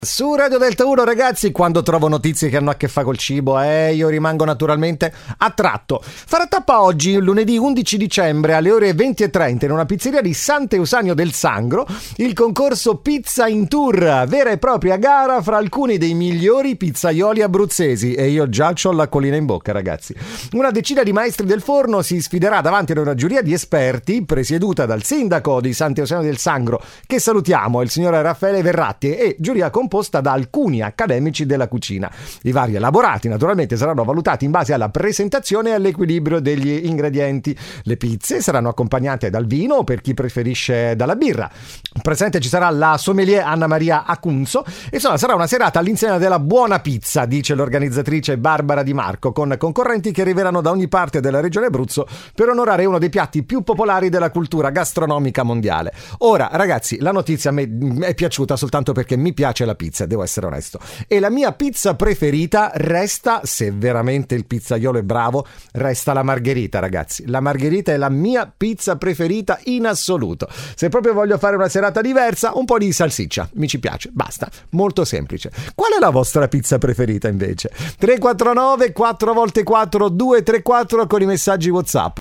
Su Radio Delta 1, ragazzi, quando trovo notizie che hanno a che fare col cibo, io rimango naturalmente attratto. Farà tappa oggi, lunedì 11 dicembre, alle ore 20:30, in una pizzeria di Sant'Eusanio del Sangro, il concorso Pizza in Tour, vera e propria gara fra alcuni dei migliori pizzaioli abruzzesi. E io già c'ho l'acquolina in bocca, ragazzi. Una decina di maestri del forno si sfiderà davanti ad una giuria di esperti, presieduta dal sindaco di Sant'Eusanio del Sangro, che salutiamo, il signor Raffaele Verratti, e giuria composta da alcuni accademici della cucina. I vari elaborati naturalmente saranno valutati in base alla presentazione e all'equilibrio degli ingredienti. Le pizze saranno accompagnate dal vino, per chi preferisce dalla birra. Presente ci sarà la sommelier Anna Maria Acunzo. Insomma, sarà una serata all'insegna della buona pizza, dice l'organizzatrice Barbara Di Marco, con concorrenti che arriveranno da ogni parte della regione Abruzzo per onorare uno dei piatti più popolari della cultura gastronomica mondiale. Ora, ragazzi, la notizia a me è piaciuta soltanto perché mi piace la pizza, devo essere onesto, e la mia pizza preferita resta, se veramente il pizzaiolo è bravo, resta la margherita, ragazzi. La margherita è la mia pizza preferita in assoluto. Se proprio voglio fare una serata diversa, un po' di salsiccia, mi ci piace, basta, molto semplice. Qual è la vostra pizza preferita invece? 349 4x4 234 con i messaggi WhatsApp.